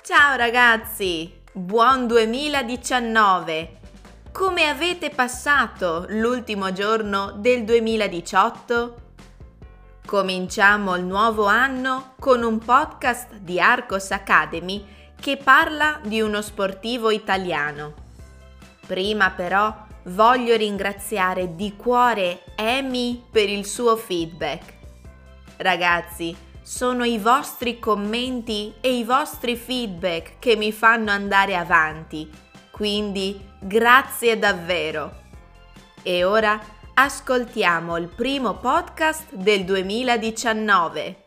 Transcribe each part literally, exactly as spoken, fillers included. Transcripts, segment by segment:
Ciao ragazzi, buon duemiladiciannove! Come avete passato l'ultimo giorno del duemiladiciotto? Cominciamo il nuovo anno con un podcast di Arcos Academy che parla di uno sportivo italiano. Prima però voglio ringraziare di cuore Amy per il suo feedback. Ragazzi, sono i vostri commenti e i vostri feedback che mi fanno andare avanti, quindi grazie davvero. E ora ascoltiamo il primo podcast del duemiladiciannove.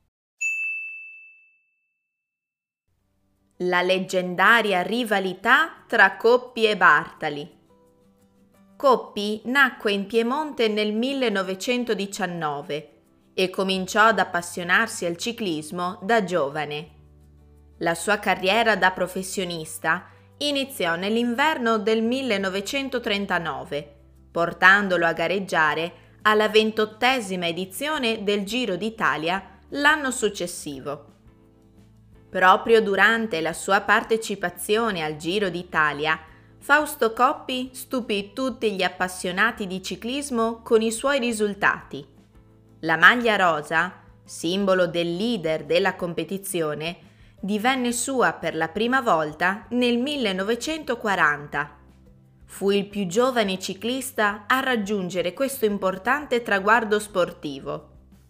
La leggendaria rivalità tra Coppi e Bartali. Coppi nacque in Piemonte nel millenovecentodiciannove e cominciò ad appassionarsi al ciclismo da giovane. La sua carriera da professionista iniziò nell'inverno del millenovecentotrentanove, portandolo a gareggiare alla ventottesima edizione del Giro d'Italia l'anno successivo. Proprio durante la sua partecipazione al Giro d'Italia, Fausto Coppi stupì tutti gli appassionati di ciclismo con i suoi risultati. La maglia rosa, simbolo del leader della competizione, divenne sua per la prima volta nel millenovecentoquaranta. Fu il più giovane ciclista a raggiungere questo importante traguardo sportivo.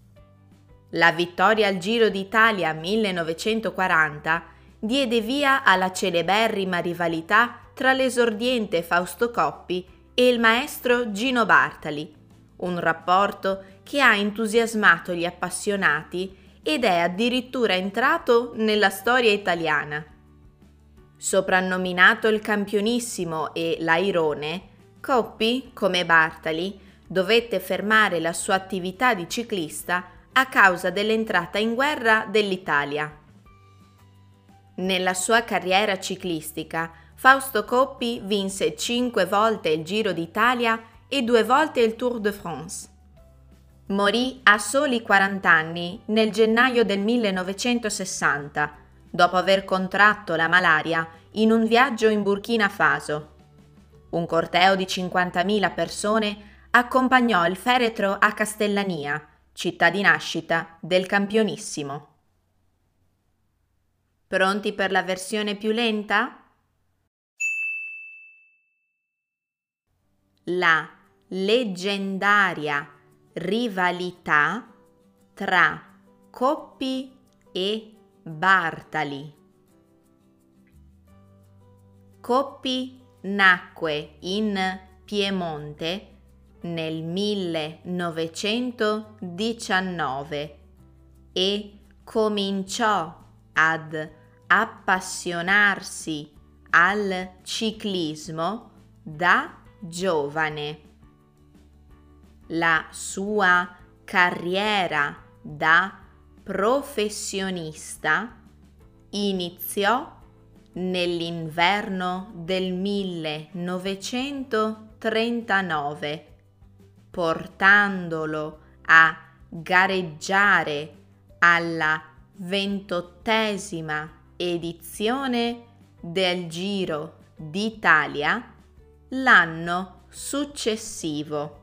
La vittoria al Giro d'Italia millenovecentoquaranta diede via alla celeberrima rivalità tra l'esordiente Fausto Coppi e il maestro Gino Bartali, un rapporto che ha entusiasmato gli appassionati ed è addirittura entrato nella storia italiana. Soprannominato il Campionissimo e l'Airone, Coppi, come Bartali, dovette fermare la sua attività di ciclista a causa dell'entrata in guerra dell'Italia. Nella sua carriera ciclistica, Fausto Coppi vinse cinque volte il Giro d'Italia e due volte il Tour de France. Morì a soli quaranta anni nel gennaio del millenovecentosessanta, dopo aver contratto la malaria in un viaggio in Burkina Faso. Un corteo di cinquantamila persone accompagnò il feretro a Castellania, città di nascita del Campionissimo. Pronti per la versione più lenta? La leggendaria rivalità tra Coppi e Bartali. Coppi nacque in Piemonte nel millenovecentodiciannove e cominciò ad appassionarsi al ciclismo da giovane. La sua carriera da professionista iniziò nell'inverno del millenovecentotrentanove, portandolo a gareggiare alla ventottesima edizione del Giro d'Italia l'anno successivo.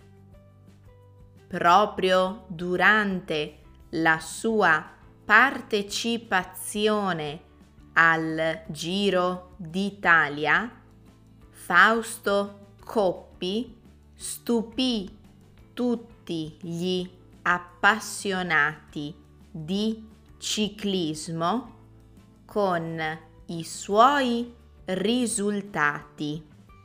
Proprio durante la sua partecipazione al Giro d'Italia, Fausto Coppi stupì tutti gli appassionati di ciclismo con i suoi risultati.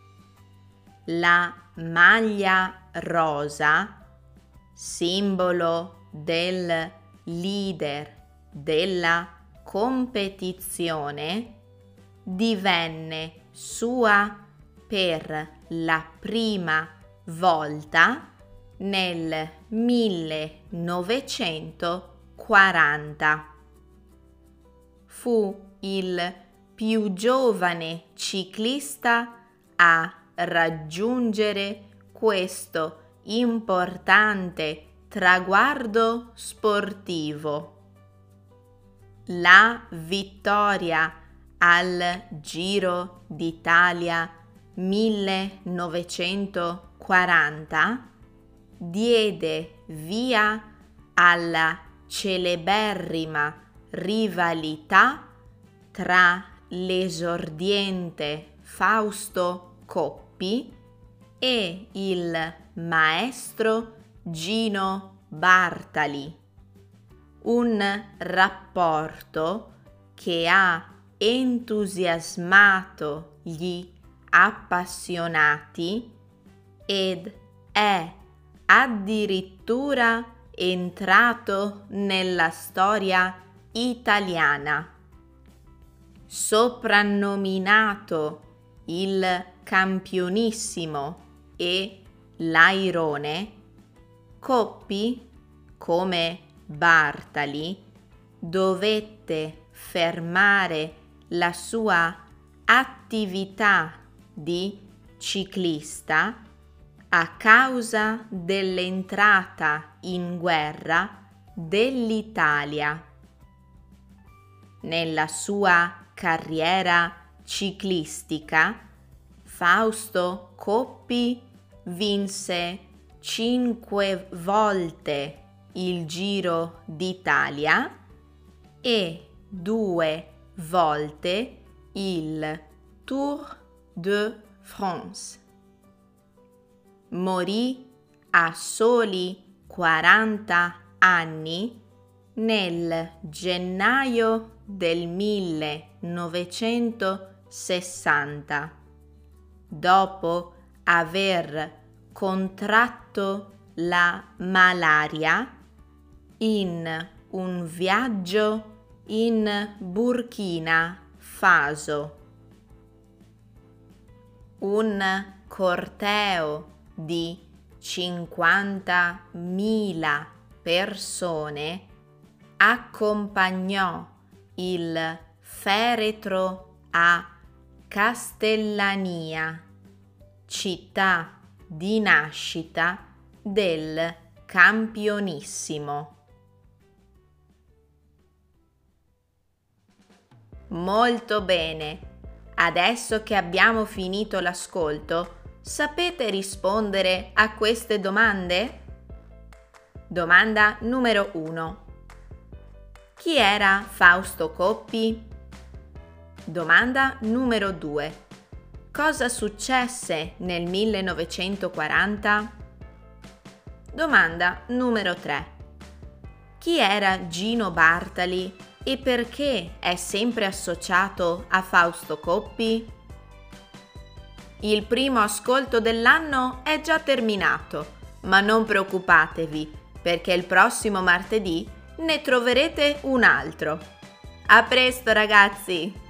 La maglia rosa, simbolo del leader della competizione, divenne sua per la prima volta nel millenovecentoquaranta. Fu il più giovane ciclista a raggiungere questo importante traguardo sportivo. la vittoria al Giro d'Italia millenovecentoquaranta diede via alla celeberrima rivalità tra l'esordiente Fausto Coppi e il maestro Gino Bartali, un rapporto che ha entusiasmato gli appassionati ed è addirittura entrato nella storia italiana. Soprannominato il Campionissimo e l'Airone, Coppi, come Bartali, dovette fermare la sua attività di ciclista a causa dell'entrata in guerra dell'Italia. Nella sua carriera ciclistica, Fausto Coppi vinse cinque volte il Giro d'Italia e due volte il Tour de France. Morì a soli quaranta anni nel gennaio del millenovecentosessanta, dopo aver contratto la malaria in un viaggio in Burkina Faso. Un corteo di cinquantamila persone accompagnò il feretro a Castellania, città di nascita del Campionissimo. Molto bene! Adesso che abbiamo finito l'ascolto, sapete rispondere a queste domande? Domanda numero uno. Chi era Fausto Coppi? Domanda numero due. Cosa successe nel millenovecentoquaranta? Domanda numero tre. Chi era Gino Bartali e perché è sempre associato a Fausto Coppi? Il primo ascolto dell'anno è già terminato, ma non preoccupatevi, perché il prossimo martedì ne troverete un altro. A presto, ragazzi!